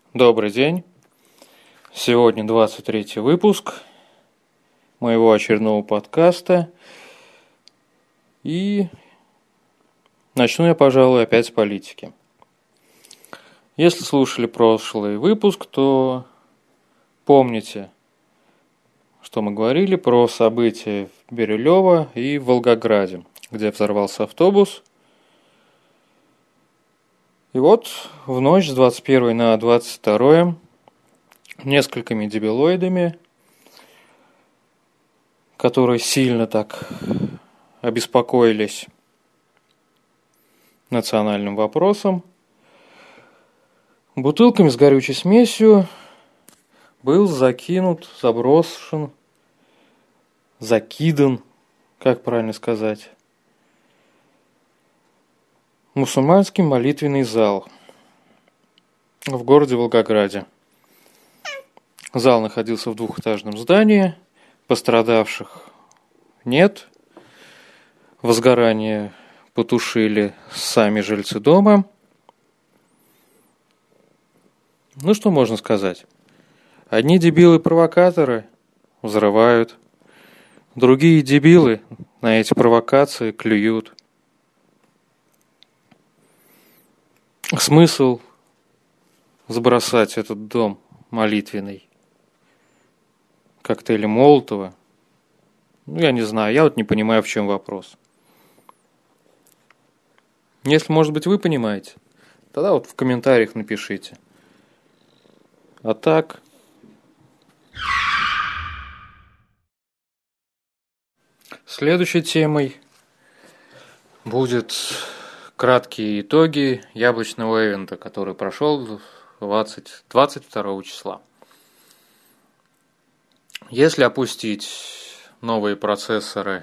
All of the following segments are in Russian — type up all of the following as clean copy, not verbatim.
Добрый день. Сегодня 23-й выпуск моего очередного подкаста. И начну я, пожалуй, опять с политики. Если слушали прошлый выпуск, то помните, что мы говорили про события в Бирюлево и в Волгограде, где взорвался автобус. И вот в ночь с 21 на 22 несколькими дебилоидами, которые сильно так обеспокоились национальным вопросом, бутылками с горючей смесью был заброшен, закидан, как правильно сказать, мусульманский молитвенный зал в городе Волгограде. Зал находился в двухэтажном здании, пострадавших нет, возгорание потушили сами жильцы дома. Ну, что можно сказать? Одни дебилы-провокаторы взрывают, другие дебилы на эти провокации клюют. Смысл забросать этот дом молитвенный коктейлем Молотова? Ну, я не знаю, я вот не понимаю, в чем вопрос. Если, может быть, вы понимаете, тогда вот в комментариях напишите. А так... Следующей темой будут краткие итоги яблочного ивента, который прошел 22 числа. Если опустить новые процессоры,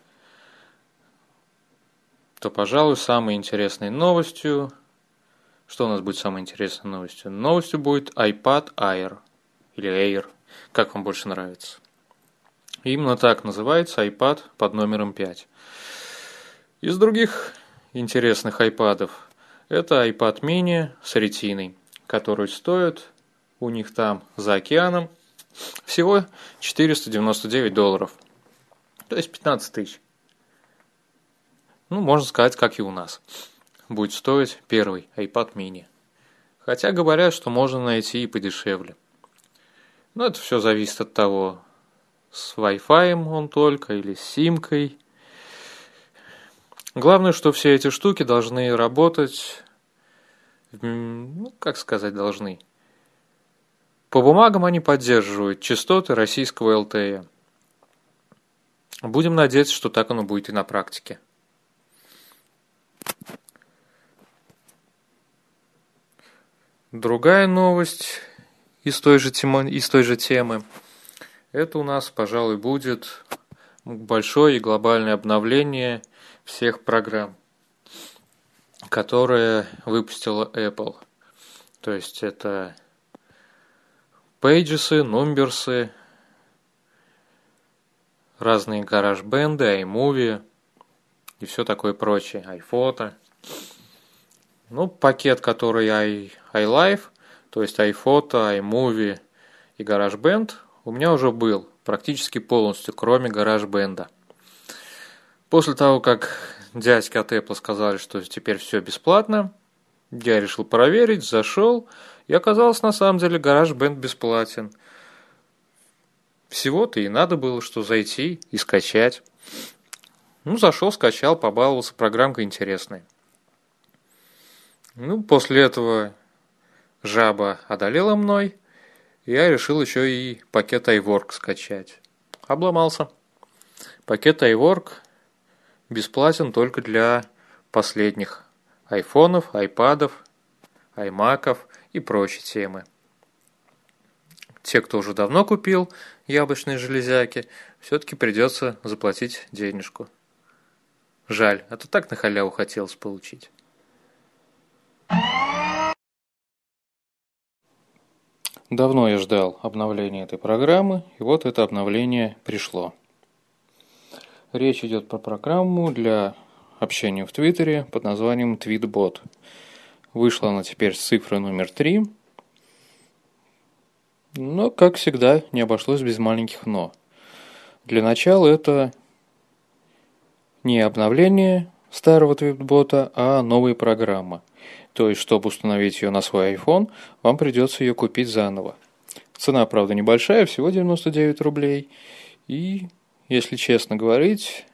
то, пожалуй, самой интересной новостью... Что у нас будет самой интересной новостью? Новостью будет iPad Air, или Air, как вам больше нравится. Именно так называется iPad под номером 5. Из других интересных iPad'ов это iPad mini с ретиной, который стоит у них там за океаном всего $499. То есть 15 тысяч. Ну, можно сказать, как и у нас. Будет стоить первый iPad mini. Хотя говорят, что можно найти и подешевле. Но это все зависит от того, с Wi-Fi он только или с симкой. Главное, что все эти штуки должны работать, ну, как сказать, должны. По бумагам они поддерживают частоты российского LTE. Будем надеяться, что так оно будет и на практике. Другая новость из той же темы. Это у нас, пожалуй, будет большое и глобальное обновление всех программ, которые выпустила Apple. То есть это Pages, Numbers, разные GarageBand, iMovie и все такое прочее, iPhoto. Ну, пакет, который iLife, то есть iPhoto, iMovie и GarageBand, у меня уже был практически полностью, кроме GarageBand. После того, как дядьки от Apple сказали, что теперь все бесплатно, я решил проверить, зашел, и оказалось, на самом деле GarageBand бесплатен. Всего-то и надо было, что зайти и скачать. Ну, зашел, скачал, побаловался, программка интересная. Ну, после этого жаба одолела мной, я решил еще и пакет iWork скачать. Обломался. Пакет iWork бесплатен только для последних айфонов, айпадов, аймаков и прочей темы. Те, кто уже давно купил яблочные железяки, все-таки придется заплатить денежку. Жаль, а то так на халяву хотелось получить. Давно я ждал обновления этой программы, и вот это обновление пришло. Речь идет про программу для общения в Твиттере под названием TweetBot. Вышла она теперь с цифрой номер 3. Но, как всегда, не обошлось без маленьких «но». Для начала это не обновление старого твитбота, а новая программа. То есть, чтобы установить ее на свой iPhone, вам придется ее купить заново. Цена, правда, небольшая, всего 99 рублей. И, если честно говорить,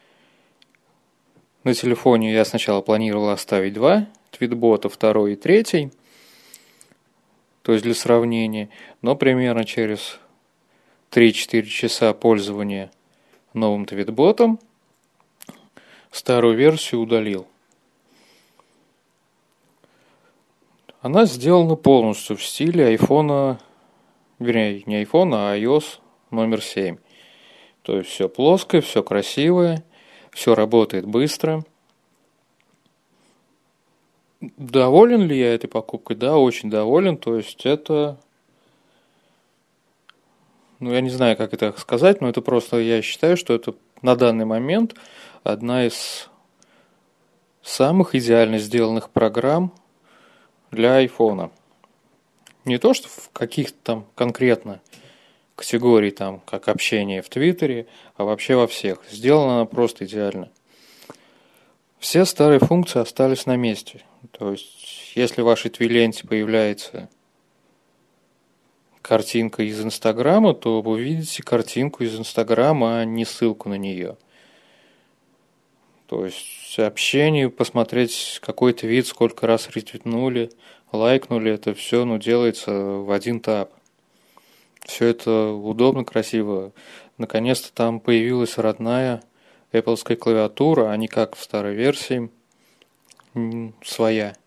на телефоне я сначала планировал оставить два твитбота, второй и третий, то есть для сравнения, но примерно через 3-4 часа пользования новым твитботом старую версию удалил. Она сделана полностью в стиле айфона, вернее, не айфона, а iOS номер 7. То есть все плоское, все красивое, все работает быстро. Доволен ли я этой покупкой? Да, очень доволен. То есть это, ну я не знаю, как это сказать, но это просто, я считаю, что это на данный момент одна из самых идеально сделанных программ для айфона. Не то, что в каких-то там конкретно категорий, там, как общение в Твиттере, а вообще во всех. Сделана она просто идеально. Все старые функции остались на месте. То есть, если в вашей твиленте появляется картинка из Инстаграма, то вы увидите картинку из Инстаграма, а не ссылку на нее. То есть общение, посмотреть какой-то вид, сколько раз ретвитнули, лайкнули, это все делается в один тап. Все это удобно, красиво. Наконец-то там появилась родная Apple-ская клавиатура, а не как в старой версии своя.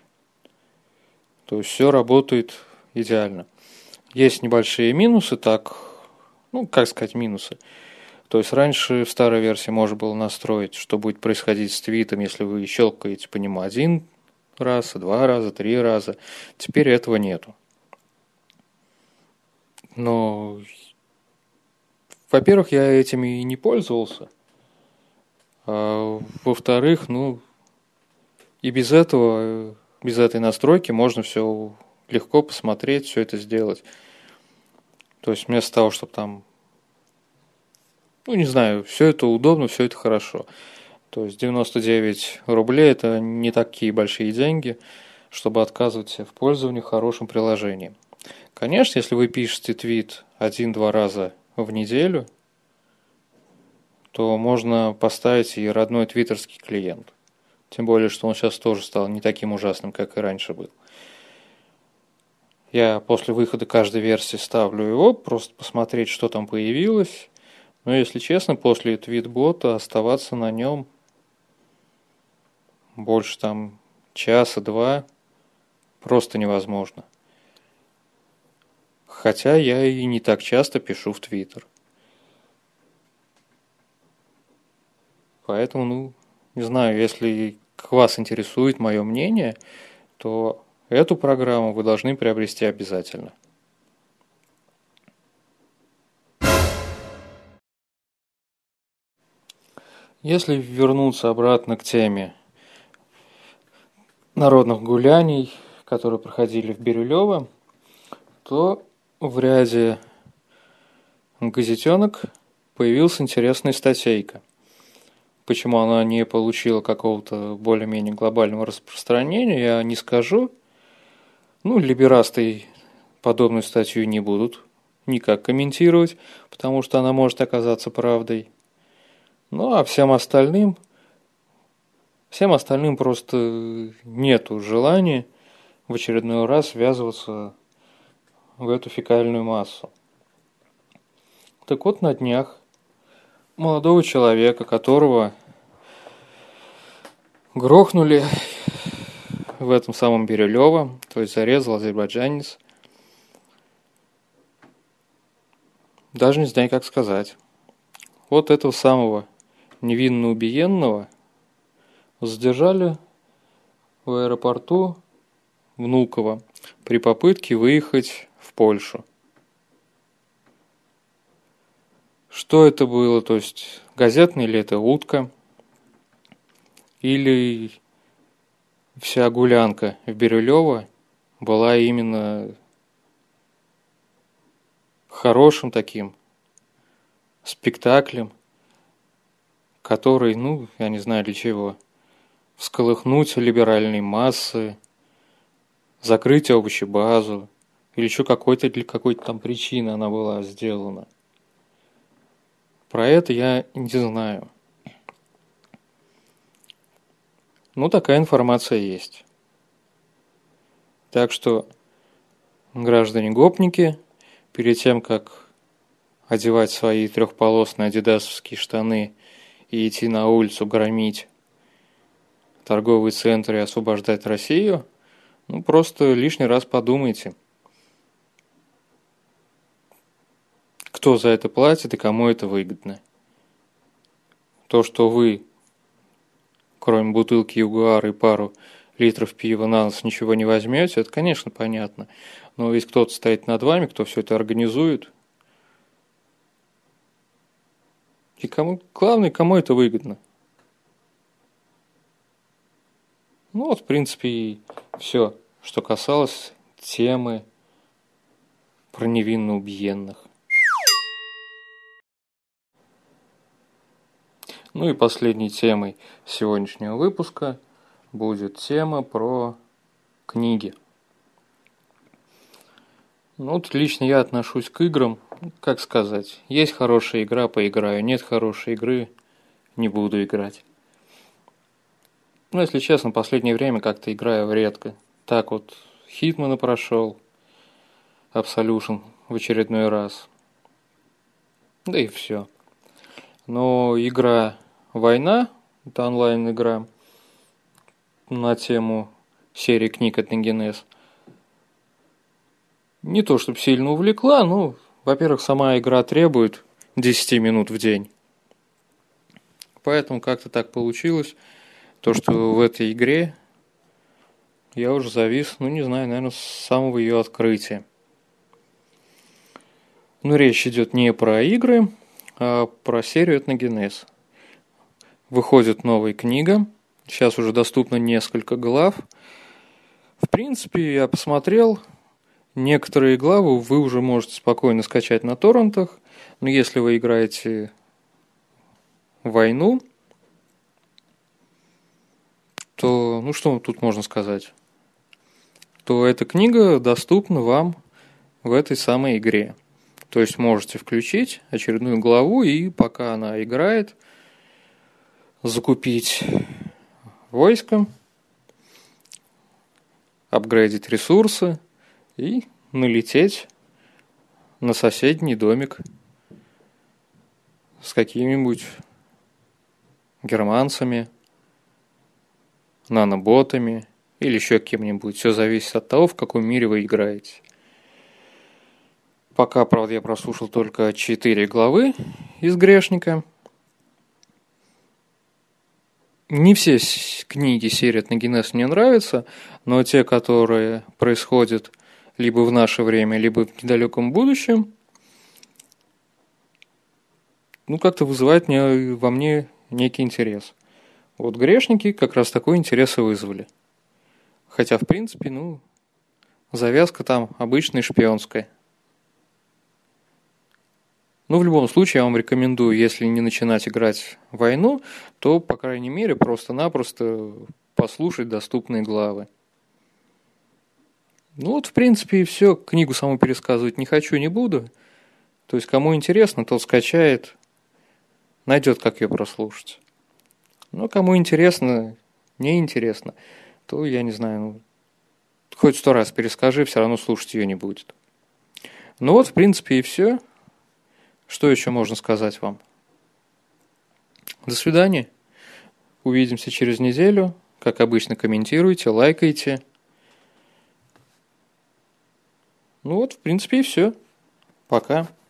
То есть все работает идеально. Есть небольшие минусы, так, ну, как сказать, минусы. То есть раньше в старой версии можно было настроить, что будет происходить с твитом, если вы щелкаете по нему один раз, два раза, три раза. Теперь этого нету. Но, во-первых, я этим и не пользовался. А во-вторых, и без этого, без этой настройки можно все легко посмотреть, все это сделать. То есть вместо того, чтобы там, не знаю, все это удобно, все это хорошо. То есть 99 рублей это не такие большие деньги, чтобы отказывать себе в пользовании хорошим приложением. Конечно, если вы пишете твит один-два раза в неделю, то можно поставить и родной твиттерский клиент. Тем более, что он сейчас тоже стал не таким ужасным, как и раньше был. Я после выхода каждой версии ставлю его, просто посмотреть, что там появилось. Но, если честно, после твитбота оставаться на нем больше там часа-два просто невозможно. Хотя я и не так часто пишу в Твиттер. Поэтому, не знаю, если вас интересует мое мнение, то эту программу вы должны приобрести обязательно. Если вернуться обратно к теме народных гуляний, которые проходили в Бирюлево, то в ряде газетенок появилась интересная статейка. Почему она не получила какого-то более-менее глобального распространения, я не скажу. Либерасты подобную статью не будут никак комментировать, потому что она может оказаться правдой. А всем остальным просто нету желания в очередной раз ввязываться в эту фекальную массу. Так вот, на днях молодого человека, которого грохнули в этом самом Бирюлево, то есть зарезал азербайджанец, даже не знаю, как сказать. Вот этого самого невинно убиенного задержали в аэропорту Внуково при попытке выехать в Польшу. Что это было? То есть газетная ли это утка? Или вся гулянка в Бирюлево была именно хорошим таким спектаклем, который, я не знаю для чего, всколыхнуть либеральные массы, закрыть овощи базу, или еще для какой-то там причины она была сделана. Про это я не знаю. Такая информация есть. Так что, граждане-гопники, перед тем, как одевать свои трехполосные адидасовские штаны и идти на улицу громить торговые центры и освобождать Россию, просто лишний раз подумайте, кто за это платит и кому это выгодно. То, что вы, кроме бутылки Ягуар и пару литров пива на нос, ничего не возьмете, это, конечно, понятно. Но ведь кто-то стоит над вами, кто все это организует. И главное, кому это выгодно. В принципе, и все, что касалось темы про невинно убиенных. И последней темой сегодняшнего выпуска будет тема про книги. Лично я отношусь к играм, как сказать, есть хорошая игра, поиграю, нет хорошей игры, не буду играть. Если честно, в последнее время как-то играю редко. Так вот, Хитмана прошел, Absolution в очередной раз. Да и все. Но игра «Война», это онлайн-игра на тему серии книг от Нагинес, не то чтобы сильно увлекла, во-первых, сама игра требует 10 минут в день. Поэтому как-то так получилось, то, что в этой игре я уже завис, не знаю, наверное, с самого ее открытия. Речь идет не про игры, а про серию Этногенез. Выходит новая книга, сейчас уже доступно несколько глав. В принципе, я посмотрел, некоторые главы вы уже можете спокойно скачать на торрентах, но если вы играете в «Войну», то, что тут можно сказать, то эта книга доступна вам в этой самой игре. То есть можете включить очередную главу и пока она играет, закупить войско, апгрейдить ресурсы и налететь на соседний домик с какими-нибудь германцами, наноботами или еще кем-нибудь. Все зависит от того, в каком мире вы играете. Пока, правда, я прослушал только 4 главы из «Грешника». Не все книги серии Этногенез мне нравятся, но те, которые происходят либо в наше время, либо в недалеком будущем, как-то вызывает во мне некий интерес. «Грешники» как раз такой интерес и вызвали. Хотя, в принципе, завязка там обычная шпионская. В любом случае, я вам рекомендую, если не начинать играть в «Войну», то, по крайней мере, просто-напросто послушать доступные главы. В принципе, и все. Книгу саму пересказывать не хочу, не буду. То есть, кому интересно, тот скачает, найдет, как ее прослушать. Кому интересно, неинтересно, то, я не знаю, хоть 100 раз перескажи, все равно слушать ее не будет. В принципе, и все. Что еще можно сказать вам? До свидания. Увидимся через неделю. Как обычно, комментируйте, лайкайте. В принципе, и все. Пока.